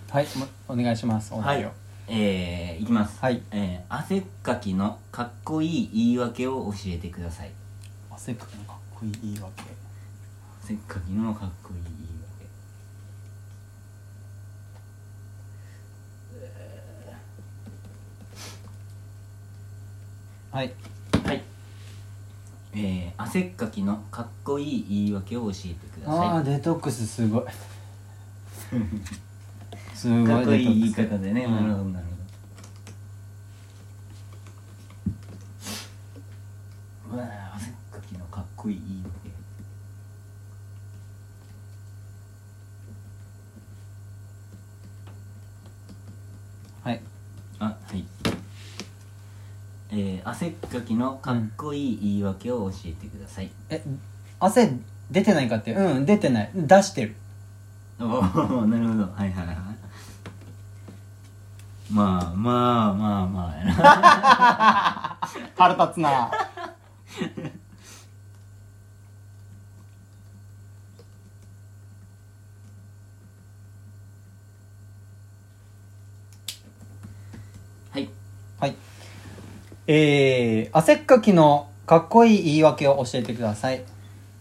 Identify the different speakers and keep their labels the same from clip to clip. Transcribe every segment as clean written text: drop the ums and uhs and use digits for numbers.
Speaker 1: はい、お願いします。
Speaker 2: はい、いきます。
Speaker 1: はい。
Speaker 2: 汗っかきのかっこいい言い訳を教えてください。
Speaker 1: 汗っかきのかっこいい言い訳。
Speaker 2: 汗っかきのかっこいい言い
Speaker 1: 訳。はい。
Speaker 2: はい。汗っかきのかっこいい言い訳を教えてください。
Speaker 1: ああ、デトックスすごい。すごい
Speaker 2: かっこいい言い方でね、
Speaker 1: うん、
Speaker 2: なるほどなるほど。うわあ、汗っかきのかっこいい言い
Speaker 1: 訳。はい。
Speaker 2: はい。汗っかきのかっこいい言い訳を教えてください。
Speaker 1: 汗出てないかって。うん、出てない。出してる。
Speaker 2: おお、なるほど。はいはいはい。まあまあまあまあやな。
Speaker 1: 腹立つな。
Speaker 2: はい
Speaker 1: はい。汗っかきのかっこいい言い訳を教えてください。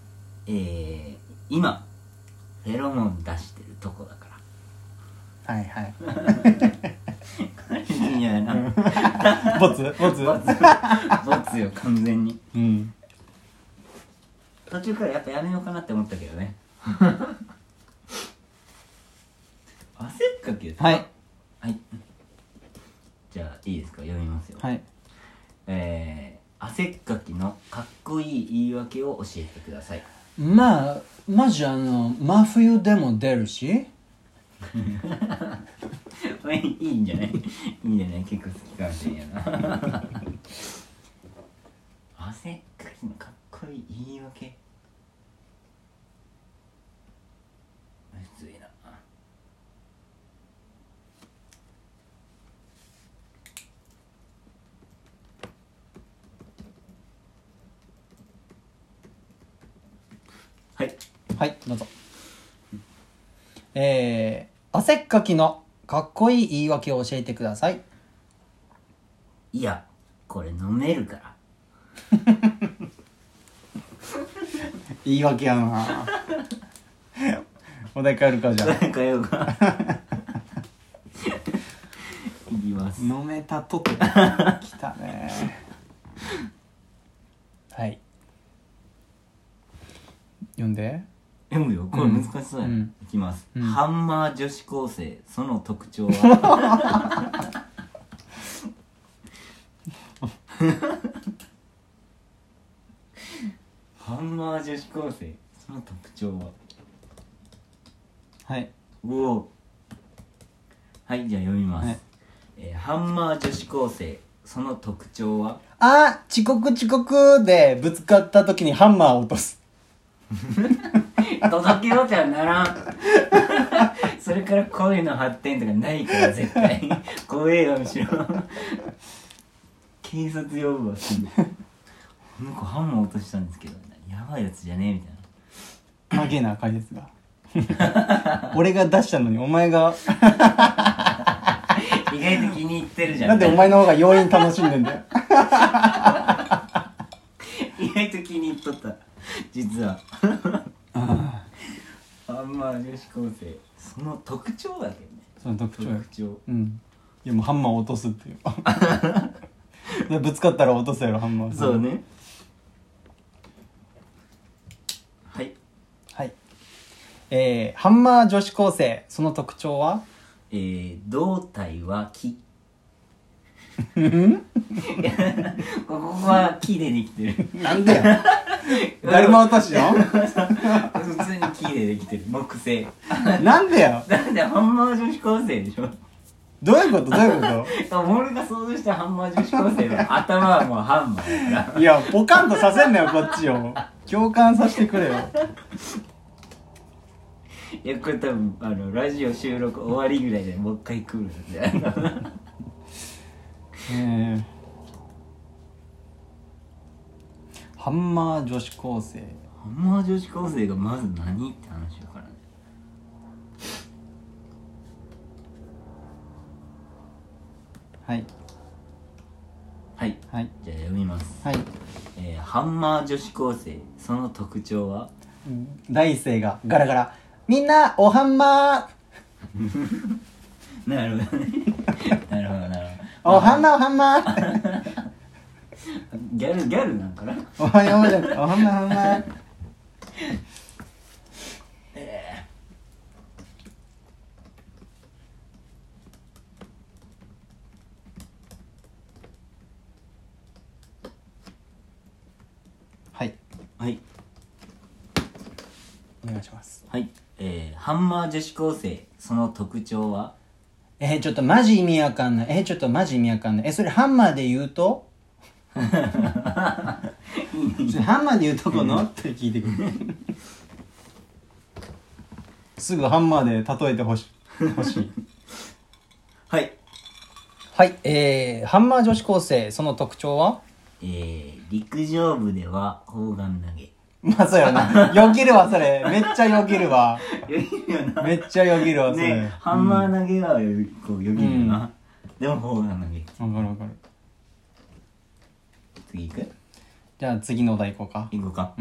Speaker 2: 今フェロモン出してるとこだから。
Speaker 1: はいはい。
Speaker 2: いやな。
Speaker 1: ボツ
Speaker 2: ボツよ、完全に。
Speaker 1: うん。
Speaker 2: 途中からやっぱやめようかなって思ったけどね。汗っかきですか。
Speaker 1: はい
Speaker 2: はい。じゃあいいですか、読みますよ。
Speaker 1: はい。
Speaker 2: 汗っかきのかっこいい言い訳を教えてください。
Speaker 1: まあマジ真冬でも出るし。
Speaker 2: いいんじゃない？いいんじゃない？結構好きかもしれんやな。汗っかきのかっこいい言い訳。むずいな。はい
Speaker 1: はいどうぞ。汗っかきのかっこいい言い訳を教えてください。
Speaker 2: いや、これ飲めるから。
Speaker 1: 言い訳やな。お題変えるかじゃあ。
Speaker 2: 変えようか。いきます。
Speaker 1: 飲めたとてきたね。はい。読んで。
Speaker 2: 読むよ、これ難しそうやな。いきます。ハンマー女子高生、その特徴は。ハンマー女子高生、その特徴は。
Speaker 1: はい。
Speaker 2: おお。はい、じゃあ読みます。ハンマー女子高生、その特徴は。
Speaker 1: 遅刻でぶつかった時にハンマーを落とす。
Speaker 2: 届けようじゃならん。それから声の発展とかないから絶対。怖えよ、むしろ。警察呼ぶわ、すぐ。この子ハンマー落としたんですけど、やばいやつじゃねえみたいな。
Speaker 1: 負けな解説が。俺が出したのにお前が。
Speaker 2: 意外と気に入ってるじゃん。
Speaker 1: なんでお前の方が容易に楽しんでんだよ。
Speaker 2: 意外と気に入っとった。実は。ハンマー女子高生、その特徴だけどね。
Speaker 1: その特徴。
Speaker 2: うん。
Speaker 1: いやもうハンマーを落とすっていう。ぶつかったら落とすやろハンマー。
Speaker 2: そうね。はい。
Speaker 1: はい。ハンマー女子高生、その特徴は。
Speaker 2: 胴体は木。ここは木でできてる。
Speaker 1: なんでよ。誰も落としよ。
Speaker 2: 普通に木でできてる。木製。
Speaker 1: なんでよ。
Speaker 2: なんでハンマー女子高生でしょ。
Speaker 1: どういうこと
Speaker 2: 俺が想像したハンマー女子高生は頭はもうハンマーだから。
Speaker 1: いや、ポカンとさせんなよ、こっちを。共感させてくれよ。
Speaker 2: いや、これ多分ラジオ収録終わりぐらいでもう一回来るんじゃないかな。
Speaker 1: ハンマー女子高生。
Speaker 2: ハンマー女子高生がまず何って話だからね。
Speaker 1: はい
Speaker 2: はい
Speaker 1: はい
Speaker 2: じゃあ読みます。
Speaker 1: はい。
Speaker 2: ハンマー女子高生、その特徴は？
Speaker 1: 大生がガラガラ、みんなおはんま
Speaker 2: なるほどねなるほどなる
Speaker 1: ー、おはんまおはんまー
Speaker 2: ギャルなんかな。
Speaker 1: おはようじゃなくておはんまおはんまー。はい
Speaker 2: はい
Speaker 1: お願いします。
Speaker 2: はいハンマー女子高生、その特徴は？
Speaker 1: ちょっとマジ意味わかんない。ちょっとマジ意味わかんない。それハンマーで言うとそれハンマーで言うとこのって聞いてくるすぐハンマーで例えてほしい
Speaker 2: はい
Speaker 1: はい、ハンマー女子高生、その特徴は？
Speaker 2: 陸上部では砲丸投げ。
Speaker 1: まあそうやな。よぎるわ、それ。めっちゃよぎるわ。
Speaker 2: よぎるよな
Speaker 1: めっちゃよぎるわ、それ。
Speaker 2: ね、ハンマー投げはこうよぎるよな、でも砲丸投げ。
Speaker 1: わかるわかる。
Speaker 2: 次行く？
Speaker 1: じゃあ次のお題行こうか。
Speaker 2: 行こうか。
Speaker 1: うん。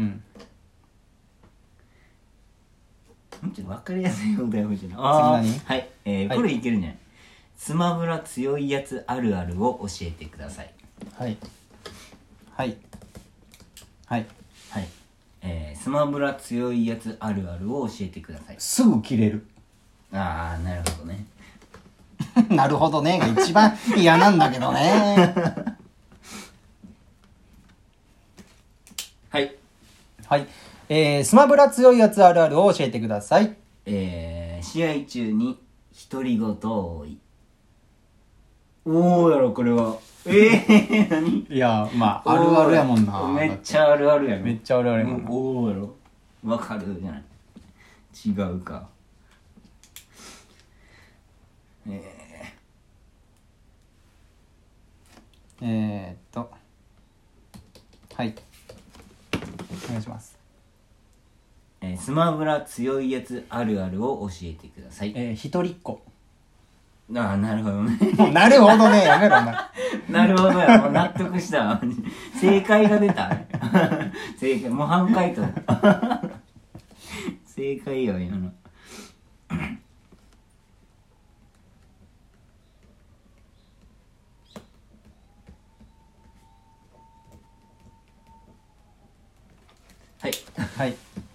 Speaker 2: ちょっと分かりやすいお題欲しいな。
Speaker 1: 次何？
Speaker 2: はい、これいけるんじゃない？スマブラ強いやつあるあるを教えてください。
Speaker 1: はいはいはい。
Speaker 2: はいスマブラ強いやつあるあるを教えてください。
Speaker 1: すぐ切れる。
Speaker 2: ああ、なるほどね
Speaker 1: なるほどねが一番嫌なんだけどね
Speaker 2: はい
Speaker 1: はい、スマブラ強いやつあるあるを教えてください。
Speaker 2: 試合中に独り言多い。おおやろこれは。何？
Speaker 1: いやまああるあるやもんな。
Speaker 2: めっちゃあるあるやろ。
Speaker 1: めっちゃあるあるやもんな。
Speaker 2: おおやろわかるじゃない。違うか。
Speaker 1: はいお願いします。
Speaker 2: スマブラ強いやつあるあるを教えてください。
Speaker 1: 一人っ子。
Speaker 2: ああ、なるほどね
Speaker 1: もうなるほどねやめろお前
Speaker 2: なるほどや、もう納得した正解が出た正解、模範解答正解よ今のはい
Speaker 1: はい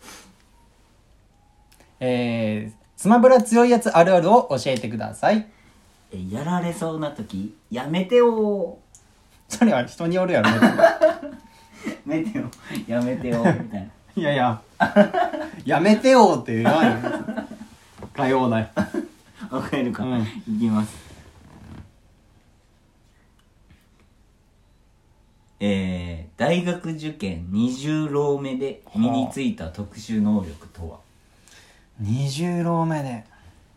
Speaker 1: スマブラ強いやつあるあるを教えてください。
Speaker 2: やられそうな時やめてよ
Speaker 1: それは人によるやろ
Speaker 2: やめてよやめてよみたいな。
Speaker 1: いやいややめてよって言わないよかようだよ
Speaker 2: わかるか、
Speaker 1: うん
Speaker 2: いきます。大学受験20浪目で身についた特殊能力とは？
Speaker 1: 20浪目で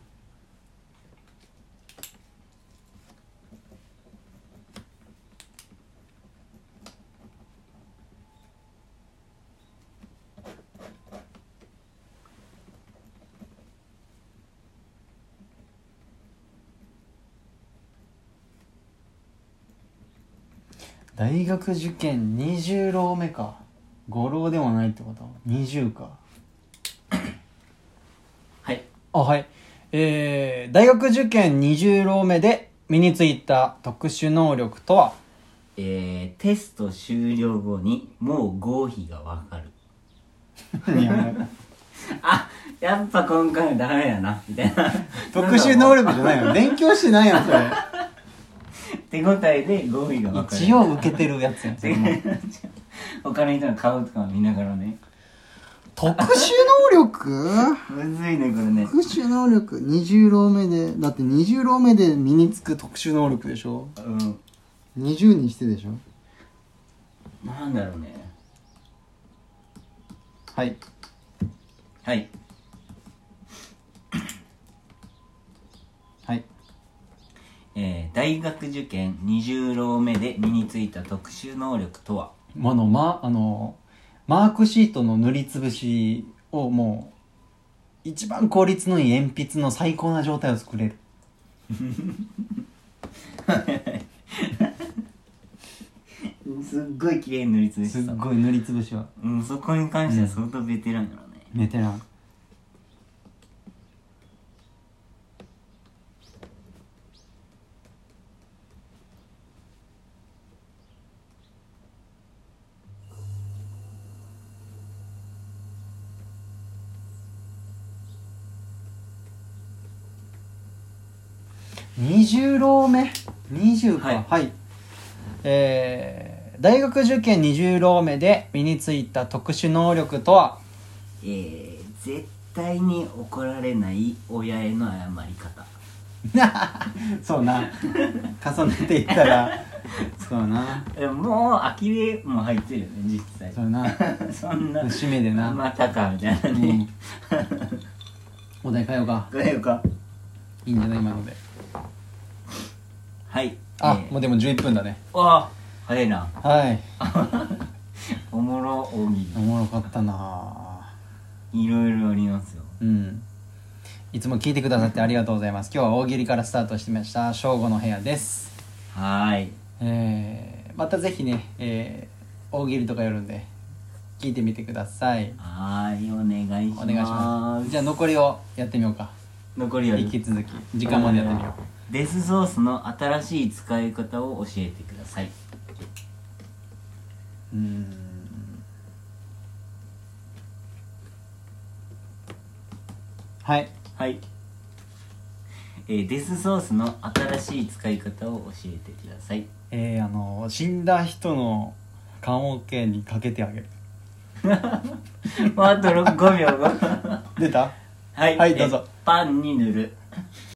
Speaker 1: 大学受験20浪目か。5浪でもないってこと？ 20 か。
Speaker 2: はい
Speaker 1: はい。大学受験20浪目で身についた特殊能力とは？
Speaker 2: テスト終了後にもう合否がわかる
Speaker 1: いやもう
Speaker 2: あ、やっぱ今回はダメやなみたいな
Speaker 1: 特殊能力じゃないよ。勉強してないやんそれ。
Speaker 2: 手応えで合否がわかる。
Speaker 1: 一応受けてるやつやんそれも。
Speaker 2: 他の人の顔とかを見ながらね。
Speaker 1: 特殊能力
Speaker 2: むずいねこれね。
Speaker 1: 特殊能力20浪目で、だって20浪目で身につく特殊能力でしょ。
Speaker 2: うん
Speaker 1: 20にしてでしょ。
Speaker 2: なんだろうね。
Speaker 1: はい
Speaker 2: はい
Speaker 1: はい。
Speaker 2: 大学受験20浪目で身についた特殊能力とは？
Speaker 1: マークシートの塗りつぶしをもう一番効率のいい鉛筆の最高な状態を作れる。
Speaker 2: すっごい綺麗に塗りつぶしてた。
Speaker 1: すっごい塗りつぶしは
Speaker 2: そこに関しては相当ベテランやろね。
Speaker 1: ベテラン。20浪目20か。はい、大学受験20浪目で身についた特殊能力とは？
Speaker 2: 絶対に怒られない親への謝り方。
Speaker 1: そうな重ねていったらそうな。
Speaker 2: もう呆れも入ってるよね実際。
Speaker 1: そうな
Speaker 2: そんな
Speaker 1: 締めでな
Speaker 2: またかみたいなね、
Speaker 1: お題変えようか。
Speaker 2: 変えようか。
Speaker 1: いいんじゃない今ので。
Speaker 2: はい。
Speaker 1: もうでも11分だね。
Speaker 2: わあ早いな。
Speaker 1: はい。
Speaker 2: おもろ大喜利。
Speaker 1: おもろかったな。
Speaker 2: いろいろありますよ。
Speaker 1: いつも聞いてくださってありがとうございます。今日は大喜利からスタートしてみました。正午の部屋です。
Speaker 2: はい。
Speaker 1: またぜひね、大喜利とかやるんで聞いてみてください。
Speaker 2: はい、お願いします。
Speaker 1: お願いします。じゃあ残りをやってみようか。
Speaker 2: 残りは
Speaker 1: 引き続き時間までやってみよう。
Speaker 2: デスソースの新しい使い方を教えてください。
Speaker 1: はい。
Speaker 2: はい。デスソースの新しい使い方を教えてください。
Speaker 1: 死んだ人の棺桶にかけてあげる。
Speaker 2: あと5秒後。
Speaker 1: 出た？
Speaker 2: はい、
Speaker 1: はい、どうぞ。
Speaker 2: パンに塗る。